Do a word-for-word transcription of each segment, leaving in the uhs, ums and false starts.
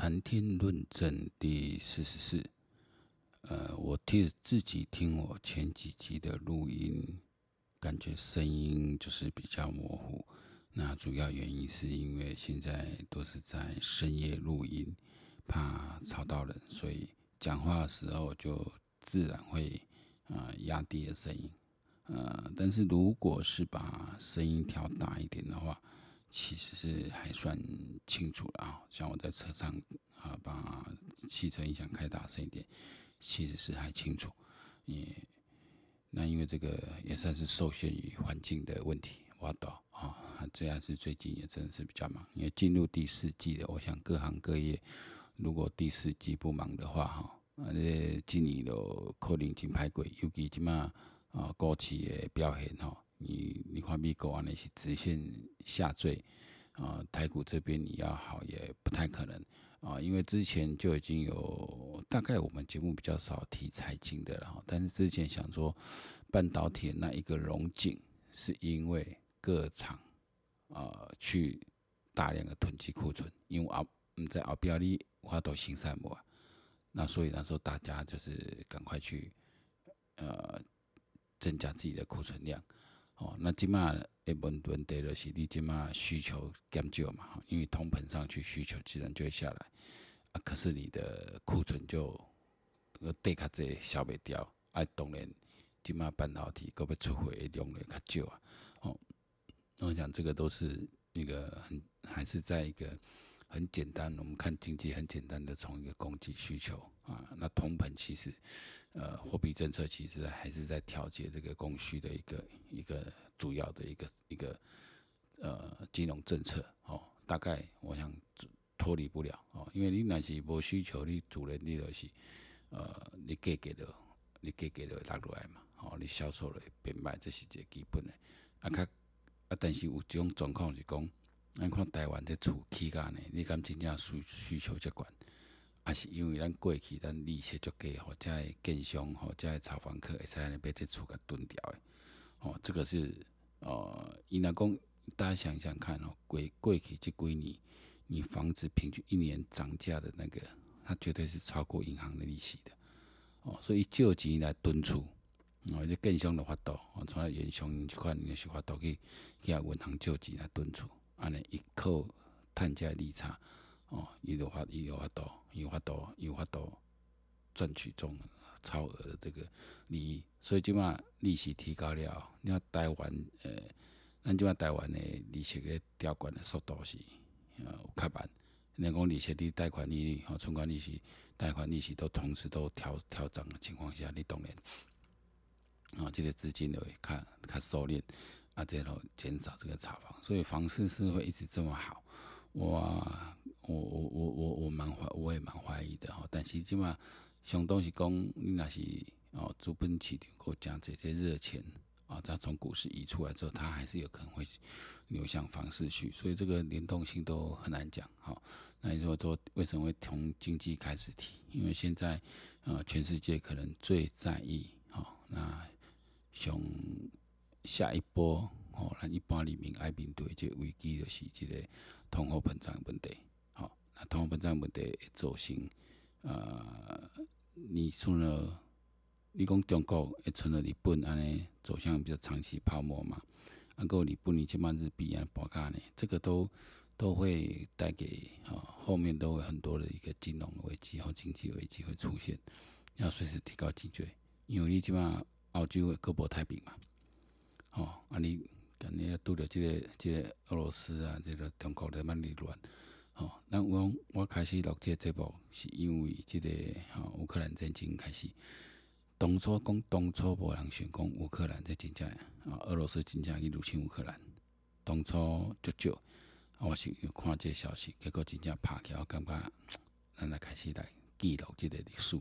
谈天论证第四十四。呃，我听自己听我前几集的录音，感觉声音就是比较模糊。那主要原因是因为现在都是在深夜录音，怕吵到人，所以讲话的时候就自然会呃压低了声音。呃，但是如果是把声音调大一点的话，其实是还算清楚了啊。像我在车上啊，把汽车音响开大声一点，其实是还清楚。也那因为这个也算是受限于环境的问题，我懂啊。这样是最近也真的是比较忙，因为进入第四季了，我想各行各业如果第四季不忙的话，哈，啊，这今年就可能真歹过，尤其即马啊股市的表现哈，你你看美国安尼是直线下坠啊，台股这边你要好也不太可能啊，因为之前就已经有大概我们节目比较少提财经的了，但是之前想说半导体的那一个荣景，是因为各厂呃去大量的囤积库存，因为后唔知后边你有法度生产无啊，那所以那时候大家就是赶快去呃增加自己的库存量。哦，那即马的问问题就是你即马需求减少嘛，因为通膨上去，需求自然就会下来啊。可是你的库存就堆较济，消袂掉啊。当然，即马半导体搁要出货的量就较少啊。哦，我想这个都是一个很还是在一个很简单，我们看经济很简单的从一个供给需求啊，那通膨其实呃货币政策其实还是在调节这个供需的一个一个主要的一个一个呃金融政策哦，大概我想脱离不了哦，因为你若是无需求，你自然你就是呃你价格就你价格就会落落来嘛，哦，你销售就会变卖，这是一个基本的啊。较啊，但是有一种状况是讲，咱看台湾这厝起价呢，你敢真正需需求遮悬？啊，是因为咱过去咱利息足低，或者的建商，或者的炒房客会使安尼买这厝甲蹲掉的。哦，这个是呃，伊若讲大家想想看哦，过过去这几年，你房子平均一年涨价的那个，它绝对是超过银行的利息的。哦，所以借钱来蹲厝。哦，这建商的法度，哦，像原商这款，你是法度去去银行借钱来蹲厝，安尼一靠趁这利差，哦，伊有法，伊有法度，有法度，有法度赚取这种超额的这个利益。所以即马利息提高了，你看台湾，呃，咱即马台湾的利息的调管的速度是呃有较慢。人讲利息、你贷款利率、存款利息、贷款利息都同时都调调涨的情况下，你当然。啊，这个资金就会较较收敛，啊，这种减少这个炒房，所以房市是会一直这么好。我我我我我我蛮怀，我也蛮怀疑的哈。但是即马上东是讲，你若是哦资本市场够加这些热钱啊，它从股市移出来之后，它还是有可能会流向房市去，所以这个联动性都很难讲。好，那你说说为什么会从经济开始提？因为现在呃全世界可能最在意好那。上下一波，吼，咱一般人民爱面对这危机，就是这个通货膨胀问题。好，那通货膨胀问题会造成，呃，你除了你讲中国会除了日本安尼走向比较长期泡沫嘛？啊，个日本你即摆日币安博价呢，这个都都会带给啊、哦、后面都会很多的一个金融危机和经济危机会出现，要随时提高警觉，因为你即摆。澳洲个无太平嘛，哦，啊你今日拄着即个即个俄罗斯啊，即、这个中国在蛮离乱，哦，那我我开始录这个节目，是因为即、这个哦乌克兰战争开始，当初讲当初无人想讲乌克兰这真正啊，俄罗斯真正去入侵乌克兰，当初足少，我是看这个消息，结果真正拍起来，我感觉咱来开始来记录即个历史。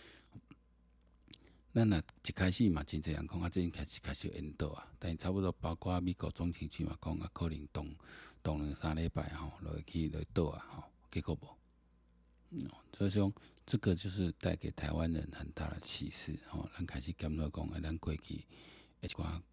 咱若一开始嘛，真侪人讲啊，这开始开始引导啊，但差不多包括美国总统府嘛讲啊，可能动动两三礼拜吼，落去落倒啊吼，结果无。嗯，所以说这个就是带给台湾人很大的启示吼，咱开始检讨讲啊，咱过去一寡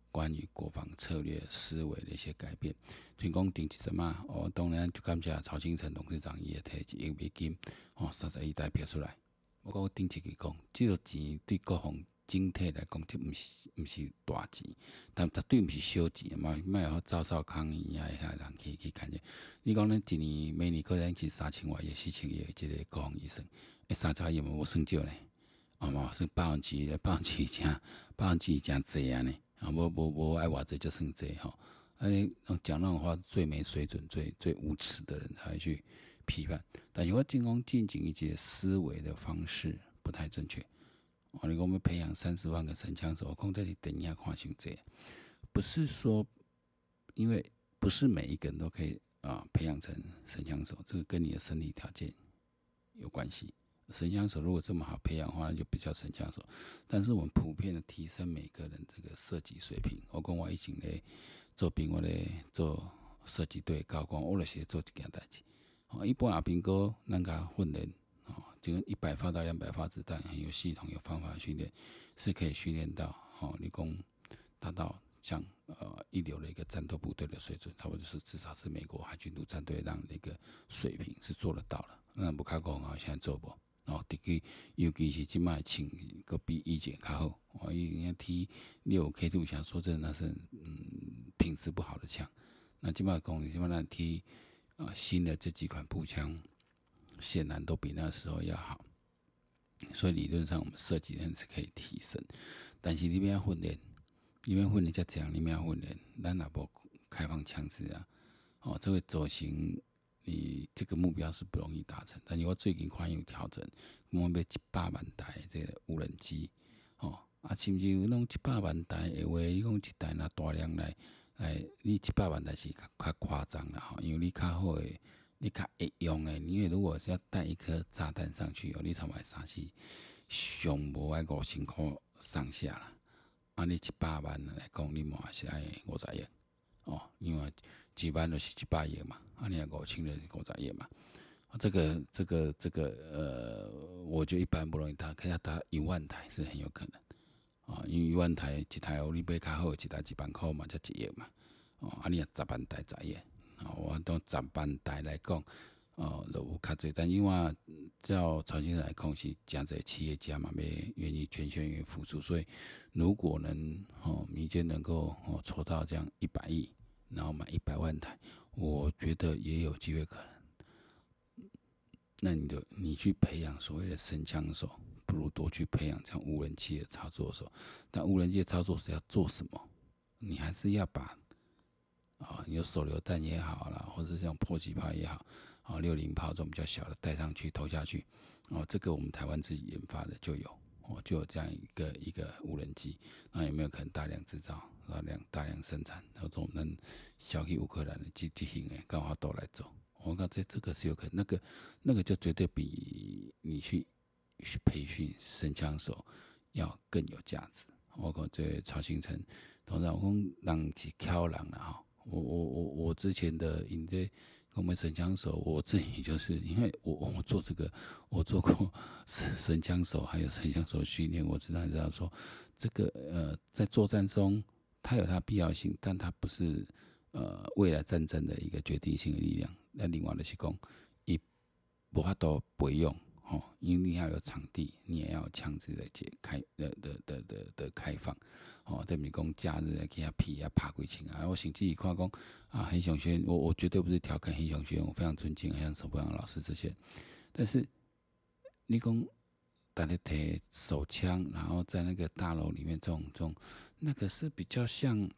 关于国防策略思维的一些改变。像讲顶一阵嘛，哦，当然就感谢曹清诚董事长伊会摕一亿美金，哦，三十亿台票出来。我讲顶一句讲，即个钱对国防整体来讲，这毋是毋是大钱，但绝对毋是小钱嘛。莫互赵少康伊遐遐人去去看者。你讲咱一年每年可能是三千万亿、四千亿即个国防预算，诶，三十亿嘛无算少呢，啊嘛算百分之百分之正百分之正济啊呢。啊，无无无爱偌济就算济吼。安尼讲那种话，最没水准、最最无耻的人才会去批判。但是我进攻进行一些思维的方式不太正确。哦，你讲我们培养三十万个神枪手，我讲这是电影看伤济，不是说因为不是每一个人都可以啊培养成神枪手，这个跟你的身体条件有关系。神枪手如果这么好培养的话，那就比较神枪手。但是我们普遍的提升每个人这个射击水平。我讲我以前咧做兵，我咧做射击队高光，我就是做一件代志。哦，一般阿兵哥咱甲训练，哦，就一百发到两百发子弹，很有系统、有方法训练，是可以训练到哦，你讲达到像呃一流的一个战斗部队的水准，差不多是至少是美国海军陆战队让的一个水平是做得到了。那不卡讲啊，现在做不？哦，特别尤其是即卖枪，阁比以前较好。哦，因为 T 六 K two 枪，说真的那是嗯品质不好的枪。那即卖讲，即卖咱 T 啊新的这几款步枪，显然都比那时候要好。所以理论上我们射击人是可以提升，但是你要训练，你要训练才这样，你要训练，咱也无开放枪支啊。哦，这会走形。你这个目标是不容易达成，但是我最近看有调整，我要一百万台这个无人机，哦啊，甚至有那种一百万台的话，你讲一台拿大量来来，你一百万台是较夸张啦吼，因为你较好的，你较会用的，因为如果是要带一颗炸弹上去，哦，你差不多三是上无爱五千块上下啦，啊，你一百万来讲，你嘛是爱五十亿，哦，因为一万就是一百亿嘛。啊，你五千的五十亿嘛，这个这个这个呃，我觉得一般不容易达，可以达一万台是很有可能啊，因为一万台一台你买较好，一台一万块嘛，才一亿嘛，哦，啊你也十万台十亿，啊，我当十万台来讲，哦，就有较济，但因为照曹先生来讲是真侪企业家嘛，要愿意全心愿意付出，所以如果能哦民间能够哦筹到这样一百亿，然后买一百万台。我觉得也有机会可能，那你的你去培养所谓的神枪手，不如多去培养像无人机的操作手。但无人机的操作手要做什么？你还是要把啊，有手榴弹也好啦，或者是像迫击炮也好，啊，六零炮这种比较小的带上去投下去，哦，这个我们台湾自己研发的就有，哦，就有这样一个一个无人机。那有没有可能大量制造？大量大量生产，然后我们销去乌克兰的这这型的，刚好都来做。我讲这这个是有可能，那个那个就绝对比你去去培训神枪手要更有价值。我讲这曹新成，通常我讲人是挑人啦哈。我我我我之前的因这我们神枪手，我自己就是因为我我做这个，我做过神神枪手，还有神枪手训练，我知道知道说这个呃在作战中。它有它的必要性，但它不是呃未来战争的一个决定性的力量。那另外就是讲，伊无法度不用吼，因为你要有场地，你也要有枪支的解开的的的的的开放，哦，这咪讲假日去遐屁啊拍几枪啊。我甚至看讲啊，黑熊学院，我我绝对不是调侃黑熊学院，我非常尊敬像陈博阳老师这些，但是你讲。大家提手枪，然后在那个大楼里面，这种这种，那个是比较像，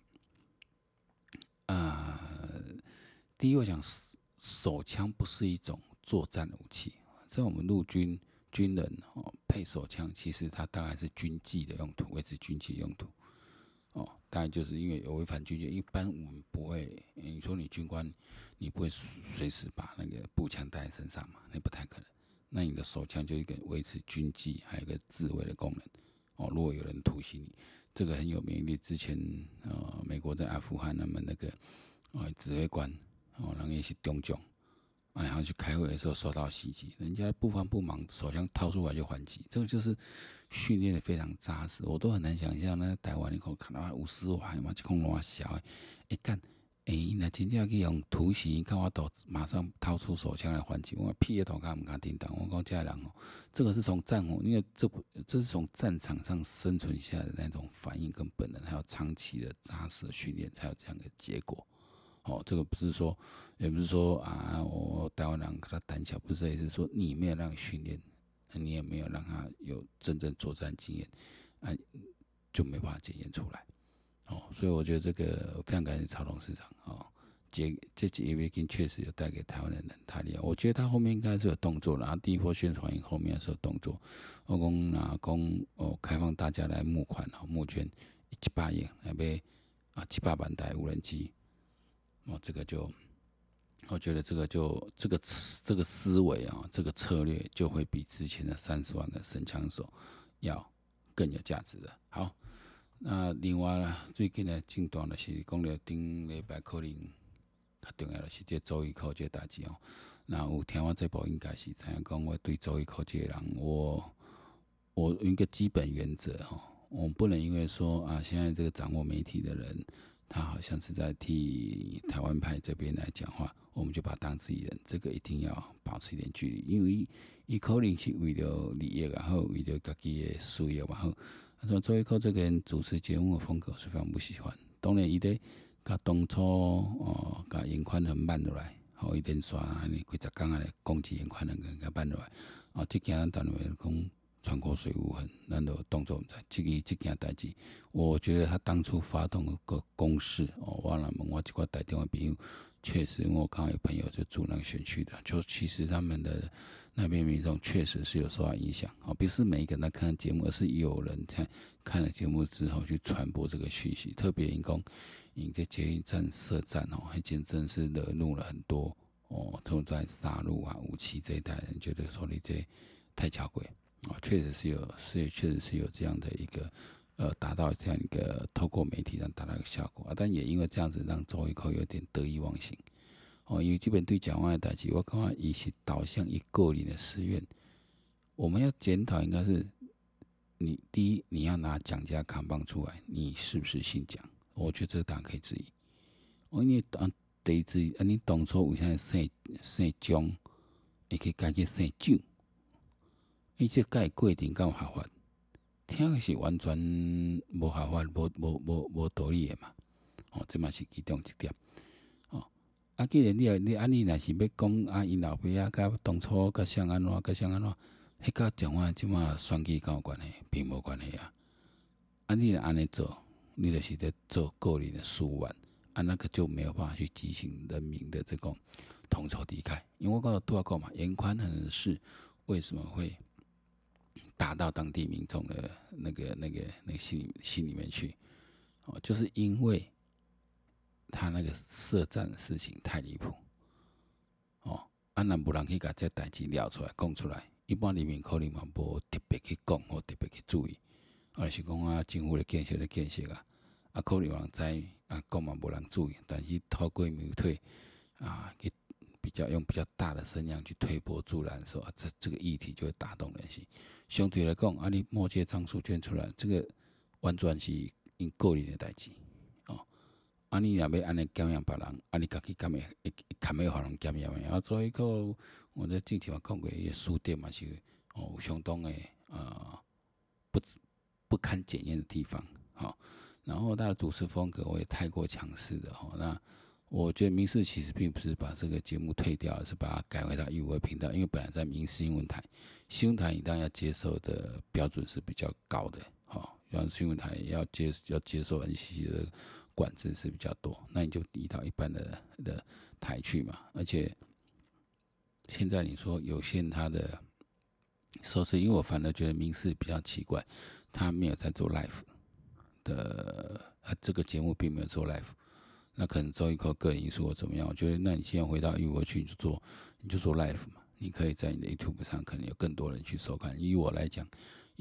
呃，第一我讲手枪不是一种作战武器，在我们陆军军人哦配手枪，其实它大概是军纪的用途，维持军纪用途，哦，当然就是因为有违反军纪，一般我们不会，你说你军官，你不会随时把那个步枪带在身上嘛，那不太可能。那你的手枪就一个维持军纪，还有一个自卫的功能。哦，如果有人突袭你，这个很有名。你之前呃，美国在阿富汗他们那个呃指挥官哦，人也是中将啊，然后去开会的时候受到袭击，人家不慌不忙，手枪掏出来就还击，这个就是训练的非常扎实，我都很难想象那台湾你可看到五十瓦嘛，一空偌小的，一干，诶、欸，那真正去用突袭，看我都马上掏出手枪来还击，我屁也头敢唔敢叮当，我讲这人哦，这个是从战火，因为这不这是从战场上生存下来的那种反应跟本能，还有长期的扎实的训练，才有这样的结果。哦，这个不是说，也不是说啊，我台湾人跟他胆小，不是，也是说你没有让他训练，你也没有让他有真正作战经验，啊，就没办法检验出来。哦，所以我觉得这个非常感谢曹董事长哦，这这几月经确实有带给台湾的人太厉害。我觉得他后面应该是有动作，然后第一波宣传后面是有动作。我讲拿讲哦，开放大家来募款哦，募捐一百亿来买啊七八万台无人机。哦，这个就，我觉得这个就这个这个思维啊，这个策略就会比之前的三十万个神枪手要更有价值的。好，那另外呢，最近的进度就是讲了顶礼拜可能较重要的是这周一考这代志哦。那有听我这部应该是知影讲，我对周一考这人，我我有一个基本原则哦，我不能因为说啊，现在这个掌握媒体的人。他好像是在替台湾派这边来讲话，我们就把他当自己人，这个一定要保持一点距离，因为伊可能是为了利益，然后为了自己的事业，然后他说周一蔻这个人主持节目的风格是非常不喜欢。当然，伊咧甲当初哦，甲严宽很慢落来，好，伊连续安尼几十天安尼攻击严宽很甲慢落来，啊，这件咱单位讲。船过水无痕，咱就当作唔知。这个这件代志，我觉得他当初发动个攻势哦，我来问我一寡台中的朋友，确实，因为我刚好有朋友就住那个选区的，就其实他们的那边民众确实是有受到影响哦，不是每一个人在看节目，而是有人在看了节目之后去传播这个讯息。特别因讲，因个捷运站设站哦，还真正是惹怒了很多哦，都在杀戮啊、武器这一代人，觉得说你这太巧诡。啊，确实是有，是确实是有这样的一个，呃，达到这样一个透过媒体让达到一个效果啊，但也因为这样子让周一蔻有点得意忘形，哦，因为基本对蒋万的代志，我感觉伊是导向一个人的私怨，我们要检讨应该是，你第一你要拿蒋家扛棒出来，你是不是姓蒋？我觉得这个当然可以质疑，哦，因为当第一质疑，啊，你当初为啥姓姓蒋，会去改去姓蒋？伊这个过程敢有合法？听是完全无合法、无无无无道理的嘛。哦，这嘛是其中一点。哦，啊，既然你你安尼若是要讲啊，因老爸啊，甲当初甲谁安怎，甲谁安怎，迄甲蒋万即马选举敢有关系？并无关系啊。啊，你若安尼做，你就是在做个人的私怨，啊，那个就没有办法去激醒人民的这种同仇敌忾。因为我刚才拄仔讲嘛，严宽很的事为什么会？打到当地民众的那个、那个、那个心里心里面去，哦，就是因为他那个设站的事情太离谱，哦，啊，若无人去把这代志撩出来、讲出来，一般人民可能嘛无特别去讲或特别去注意，而是讲啊，政府的建设的建设啊，啊，可能有人知啊，讲嘛无人注意，但是透过媒体啊，去比较用比较大的声量去推波助澜的时候，啊、这这个议题就会打动人心。相对来讲，啊，你末届张数捐出来，这个完全是因个人的代志哦。啊，你若要安尼检验别人，啊，你家己敢会会堪会互人检验的？啊，所以个我在之前嘛讲过，伊个书店嘛是哦相当的呃不不堪检验的地方，好、哦。然后他的主持风格我也太过强势的哈、哦，那。我觉得民视其实并不是把这个节目退掉，而是把它改回到义务频道，因为本来在民视新闻台，新闻台你当然要接受的标准是比较高的，好，让新闻台要接要接受 N C C 的管制是比较多，那你就移到一般的的台去嘛。而且现在你说有限它的收视，因为我反而觉得民视比较奇怪，他没有在做 live 的，他这个节目并没有做 live。那可能周一蔻个人因素或怎么样？我觉得，那你现在回到义务去，你就做，你就做 live 嘛。你可以在你的 YouTube 上，可能有更多人去收看。以我来讲，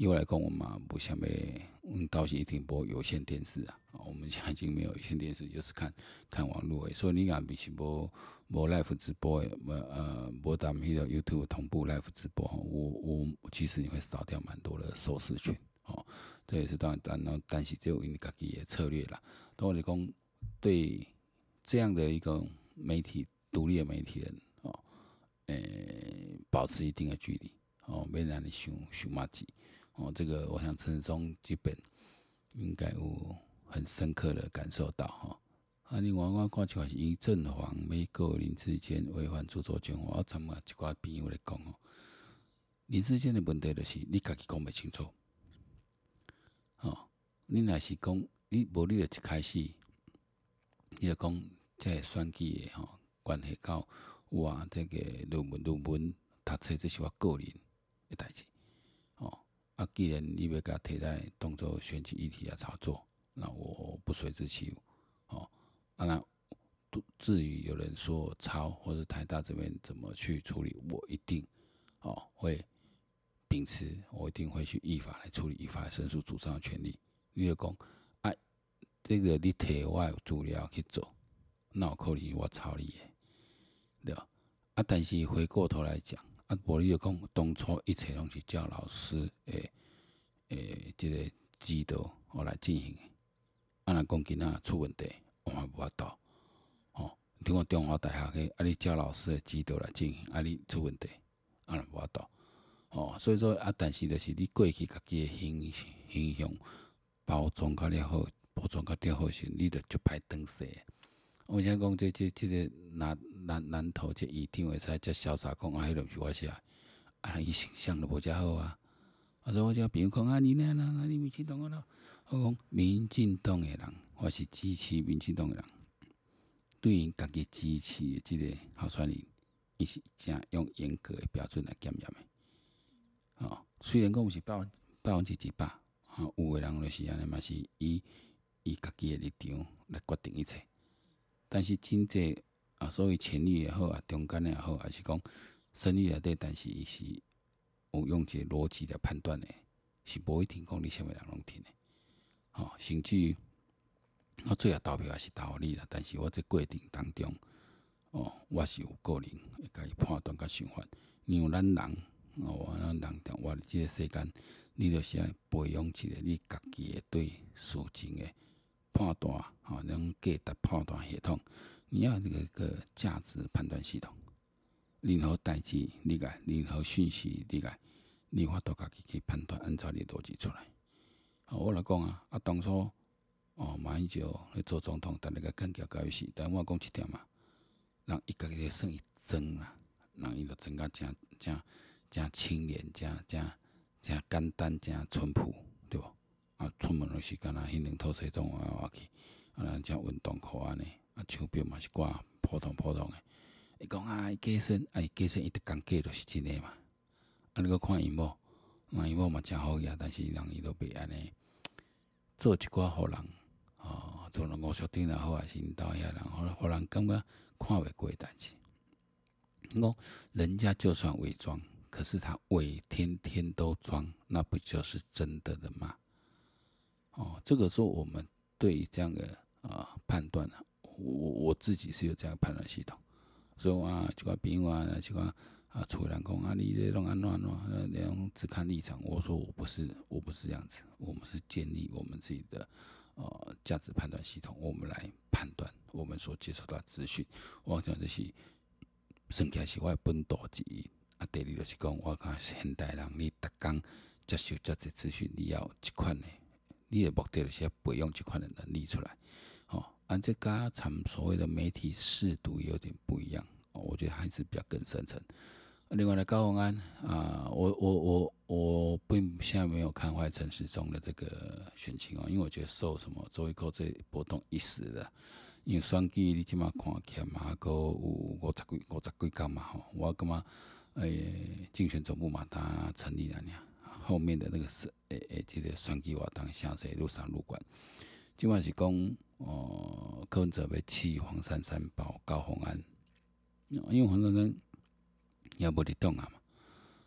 以我来讲，我嘛不想被，嗯，倒是一定播有线电视啊。我们现在已经没有有线电视，就是看看网络诶。所以你若比是无无 live 直播诶，无呃无当迄个 YouTube 同步 live 直播，我我其实你会少掉蛮多的收视群。哦，这也是当然，当然，但是只有因家己的策略啦。但我是讲，对这样的一个媒体，独立的媒体人，哦，诶、保持一定的距离，哦，免让你伤伤麻吉。哦，这个我想陈时中基本应该有很深刻的感受到哈。啊，另外我看起来是以正黄美告林志坚违反著作权法，我参加一寡朋友来讲哦，林志坚的问题就是你家己讲袂清楚。哦，你若是讲你无你就一开始，你就讲这个选举的吼，关系到我这个论文论文读册，这是我个人的代志。哦，啊，既然你要甲摕来当做选举议题来炒作，那我不随之起舞。哦，啊那至于有人说我抄，或者台大这边怎么去处理，我一定哦会秉持，我一定会去依法来处理，依法来申诉主张的权利。你就讲，啊，这个你摕我的资料去做，那有可能我抄你的，对吧？啊，但是回过头来讲，啊，无你就讲，当初一切拢是照老师诶诶，这个指导我来进行的。啊，若讲今仔出问题，我嘛无法度。哦，你看中华大学的，啊，你照老师的指导来进行，啊，你出问题，啊，无法度。哦，所以说啊，但是就是你过去家己的形形象包装较了好，包装较了好时，你着足歹转势。我想讲这这这个南南南投这议长会使遮潇洒讲啊，迄个毋是我写，啊，伊形象都无遮好啊。啊，所以我遮朋友讲啊，你呢？那那你民进党啊？我讲民进党的人，我是支持民进党的人，对因家己支持的即个候选人，伊是真用严格的标准来检验的。哦，虽然讲毋是百分百分之一百，哦，有诶人就是安尼嘛，是以伊家己诶立场来决定一切。但是真济啊，所谓前例也好啊，中间也好，还是讲胜利内底，但是伊是有用一个逻辑来判断诶，是无一定讲你啥物人拢听诶。哦，甚至于我最后投票也是投你啦，但是我这过程当中，哦，我是有个人会家己判断甲想法，因为咱人。哦，咱人活伫即个世间，你就是要培养一个你家己的对事情的判断，吼，那种价值判断系统。你要有一个价值判断系统，任何代志你个，任何讯息你个，你法度家己去判断，按照你逻辑出来。哦，我来讲啊，啊当初哦马英九咧做总统，逐个甲干交交伊时，但我讲一点嘛，人伊家己算伊装啦，人伊就装甲真真。真清廉，真真真简单，真淳朴，对无？啊，出门就是干那迄两套西装换来换去，啊，咱只运动裤安尼，啊，手表嘛是挂普通普通诶。伊讲啊，伊加身，啊，伊加身，伊得讲价就是真诶嘛。啊，你搁看伊某，那伊某嘛真好个，但是人伊都袂安尼做一寡互人，哦，做人五宿顶也好，还是因兜遐人，互互人感觉看袂过诶代志。讲人家就算伪装。可是他伪天天都装，那不就是真的的吗？哦，这个时候我们对于这样的啊、呃、判断呢，我我自己是有这样的判断系统，所以啊，这个朋友啊，这个啊，厝人讲啊，你这弄安怎安怎，那种只看立场。我说我不是，我不是这样子，我们是建立我们自己的呃价值判断系统，我们来判断我们所接受到的资讯。我讲这是算起来是我的本道之一。啊，第二就是讲，我讲现代人，你逐工接受遮济资讯，你要有即款的，你的目的就是要培养即款的能力出来。哦，啊，这跟咱们所谓的媒体视读有点不一样。哦，我觉得还是比较更深层。另外呢，高虹安啊，我我我我并现在没有看坏陈时中的这个选情哦，因为我觉得受什么周一蔻这波动一时的。因为选举你即马看起嘛，阁有五十几五十几工嘛吼，我感觉。诶，竞选总部嘛，它成立了呢。后面的那个是诶诶，这个选举活动详细入上入管。即摆是讲，哦，柯文哲要弃黄珊珊保高虹安，因为黄珊珊也无伫党啊嘛。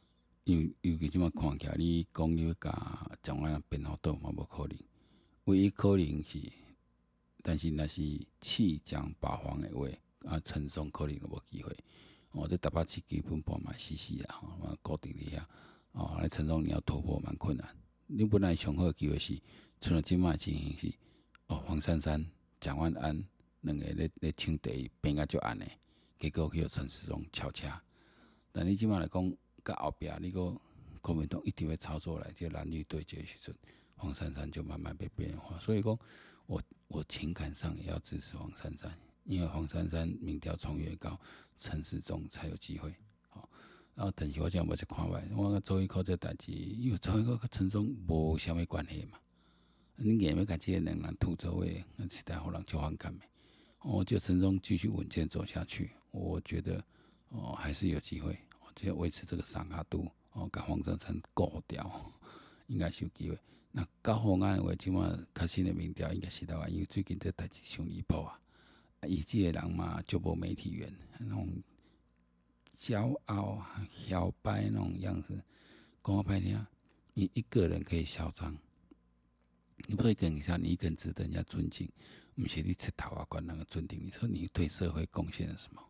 因为尤其即马看起来，你讲你要甲蒋万安编好倒嘛无可能，唯一可能是，但是若是弃蒋保皇的话，啊陈松可能就无机会。哦，这台北市基本盘嘛死死啦，吼，固定伫遐。哦，那陈松你要突破蛮困难。你本来上好的机会是，像即马情形是，哦黄珊珊、蒋万安两个咧咧抢第一，变甲足暗的，结果去互陈时中超车。但你即马来讲，甲后壁你个国民党一定会操作来，这蓝绿对决的时阵，黄珊珊就慢慢被边缘化。所以讲，我我情感上也要支持黄珊珊，因为黄珊珊民调冲越高，陈时中才有机会。好，然后但是我这样无去看外，我甲周玉蔻这代志，因为周玉蔻甲陈时中无啥物关系嘛。你硬要甲这两人吐做位，那实在互人就反感的。我觉得陈时中继续稳健走下去，我觉得哦还是有机会。只要维持这个三角度，哦，甲黄珊珊顾掉，应该是有机会。那高虹安的话，即马较新的民调应该是台湾，因为最近这代志伤离谱啊！伊即个人嘛，就无媒体缘，那种骄傲、摇摆那种样子，讲我歹听，你一个人可以嚣张，你不可以跟一下，你一个人值得人家尊敬，不是你切头啊管那个尊敬。你说你对社会贡献了什么？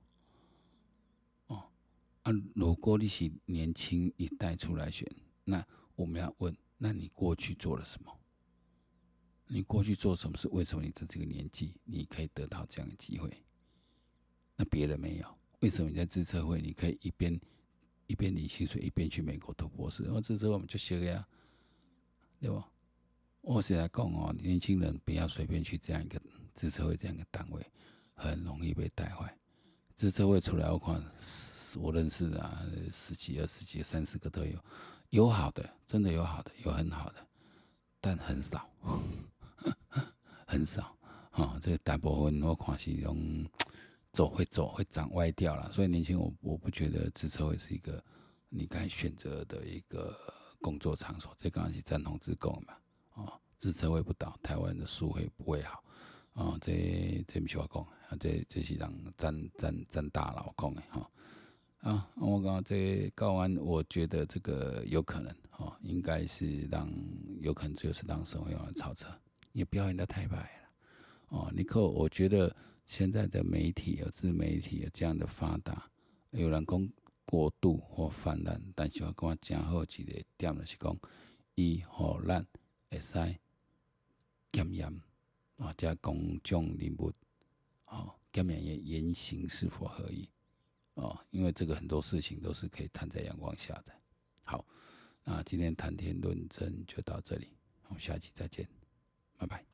啊，如果你是年轻一代出来选，那我们要问，那你过去做了什么？你过去做什么事？为什么你在这个年纪，你可以得到这样的机会？那别人没有，为什么你在自测会，你可以一边一边领薪水，一边去美国读博士？然后自测我们就学个呀，对吧？我是来讲哦，年轻人不要随便去这样一个自测会这样一个单位，很容易被带坏。自测会出来，我看。我认识的啊，十几、二十几、三十个都有，有好的，真的有好的，有很好的，但很少，很少。哦，这个大部分我看是用走会走会长歪掉了，所以年轻我我不觉得自测会是一个你该选择的一个工作场所。这刚刚是赞同自贡嘛，哦，自测会不倒，台湾的树会不会好？哦，这这不是我讲，啊，这这是人赞赞赞大佬讲的哈。哦啊，我讲这高安，我觉得这个有可能哦，应该是让有可能就是让沈慧用来超车，也表演得太白了哦。你可我觉得现在的媒体有自媒体有这样的发达，有人讲过度或泛滥，但是我感觉真好一个点就是讲，伊互咱会使检验啊，这公众人物哦，检验的言行是否合宜。哦，因为这个很多事情都是可以摊在阳光下的。好，那今天谈天论证就到这里，我们下期再见，拜拜。